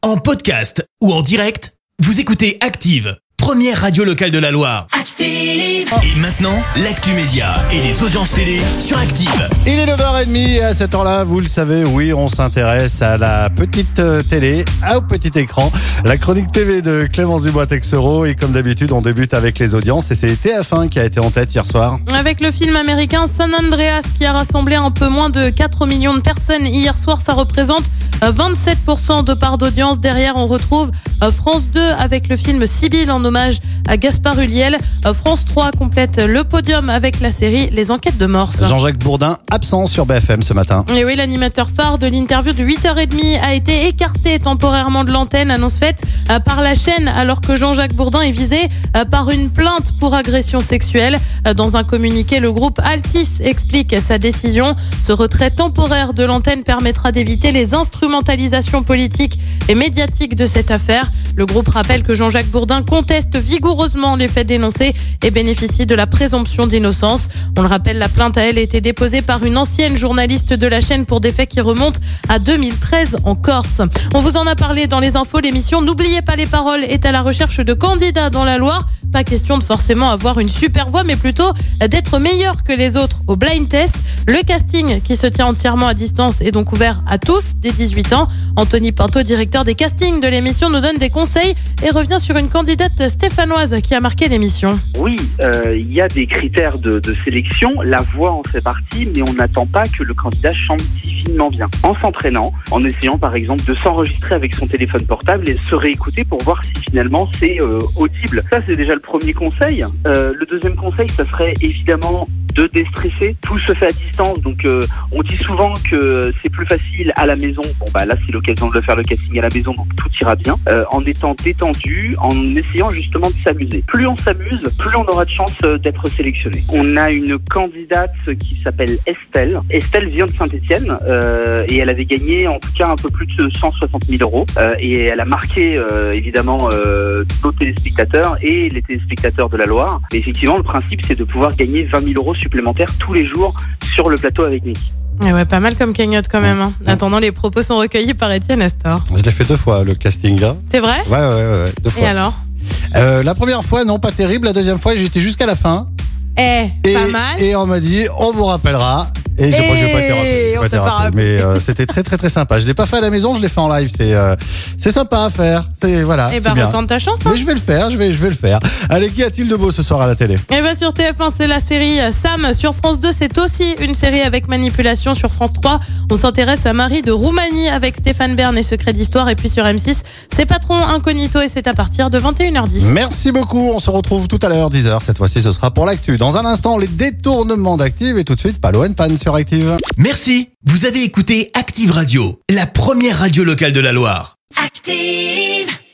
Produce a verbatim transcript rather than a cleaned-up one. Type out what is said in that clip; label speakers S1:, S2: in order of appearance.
S1: En podcast ou en direct, vous écoutez Active, première radio locale de la Loire. Active! Et maintenant, l'actu média et les audiences télé sur Active.
S2: Il est neuf heures trente et à cette heure-là, vous le savez, oui, on s'intéresse à la petite télé, au petit écran. La chronique T V de Clémence Dubois-Texero, et comme d'habitude, on débute avec les audiences et c'est T F un qui a été en tête hier soir.
S3: Avec le film américain San Andreas qui a rassemblé un peu moins de quatre millions de personnes hier soir, ça représente vingt-sept pour cent de part d'audience. Derrière, on retrouve France deux avec le film Sibylle en hommage à Gaspard Ulliel. France trois complète le podium avec la série Les Enquêtes de Morse.
S2: Jean-Jacques Bourdin, absent sur B F M ce matin.
S3: Et oui, l'animateur phare de l'interview de huit heures trente a été écarté temporairement de l'antenne, annonce faite par la chaîne, alors que Jean-Jacques Bourdin est visé par une plainte pour agression sexuelle. Dans un communiqué, le groupe Altis explique sa décision. Ce retrait temporaire de l'antenne permettra d'éviter les instrumentalisations politiques et médiatiques de cette affaire. Le groupe rappelle que Jean-Jacques Bourdin conteste vigoureusement les faits dénoncés et bénéficie de la présomption d'innocence. On le rappelle, la plainte a elle été déposée par une ancienne journaliste de la chaîne pour des faits qui remontent à deux mille treize en Corse. On vous en a parlé dans les infos. L'émission N'oubliez pas les paroles est à la recherche de candidats dans la Loire. Pas question de forcément avoir une super voix, mais plutôt d'être meilleur que les autres au blind test. Le casting, qui se tient entièrement à distance, est donc ouvert à tous dès dix-huit ans. Anthony Pinto, directeur des castings de l'émission, nous donne des conseils et revient sur une candidate stéphanoise qui a marqué l'émission.
S4: Oui, euh, il y a des critères de, de sélection. La voix en fait partie, mais on n'attend pas que le candidat chante divinement bien. En s'entraînant, en essayant par exemple de s'enregistrer avec son téléphone portable et se réécouter pour voir si finalement c'est euh, audible. Ça, c'est déjà le premier conseil. Euh, le deuxième conseil, ça serait évidemment de déstresser. Tout se fait à distance, donc euh, on dit souvent que c'est plus facile à la maison. Bon bah là, c'est l'occasion de le faire le casting à la maison, donc tout ira bien. Euh, en étant détendu, en essayant justement de s'amuser. Plus on s'amuse, plus on aura de chance d'être sélectionné. On a une candidate qui s'appelle Estelle. Estelle vient de Saint-Etienne euh, et elle avait gagné en tout cas un peu plus de cent soixante mille euros euh, et elle a marqué euh, évidemment euh, nos téléspectateurs et les téléspectateurs de la Loire. Mais effectivement, le principe, c'est de pouvoir gagner vingt mille euros supplémentaires tous les jours sur le plateau avec Nick.
S3: Et ouais, pas mal comme cagnotte quand même. Hein. Attendant, les propos sont recueillis par Étienne Astor.
S2: Je l'ai fait deux fois, le casting. Hein.
S3: C'est vrai ?
S2: Ouais, ouais, ouais, ouais, deux fois.
S3: Et alors ?
S2: euh, La première fois, non, pas terrible. La deuxième fois, j'étais jusqu'à la fin.
S3: Eh,
S2: et,
S3: pas mal.
S2: Et on m'a dit, on vous rappellera. Et je n'ai pas été rappelé, j'ai pas été rappelé, mais euh, c'était très très très sympa. Je l'ai pas fait à la maison, je l'ai fait en live. C'est euh, c'est sympa à faire. C'est voilà.
S3: Et bah retente ta chance. Hein.
S2: Mais je vais le faire, je vais je vais le faire. Allez, qu'y a-t-il de beau ce soir à la télé ?
S3: Et bah sur T F un, c'est la série Sam. Sur France deux, c'est aussi une série avec manipulation. Sur France trois, on s'intéresse à Marie de Roumanie avec Stéphane Bern et Secret d'Histoire. Et puis sur M six, c'est Patron Incognito et c'est à partir de vingt et une heures dix.
S2: Merci beaucoup. On se retrouve tout à l'heure, dix heures. Cette fois-ci, ce sera pour l'actu. Dans un instant, les détournements d'Active et tout de suite, Palo and Pan sur Active.
S1: Merci. Vous avez écouté Active Radio, la première radio locale de la Loire.
S5: Active!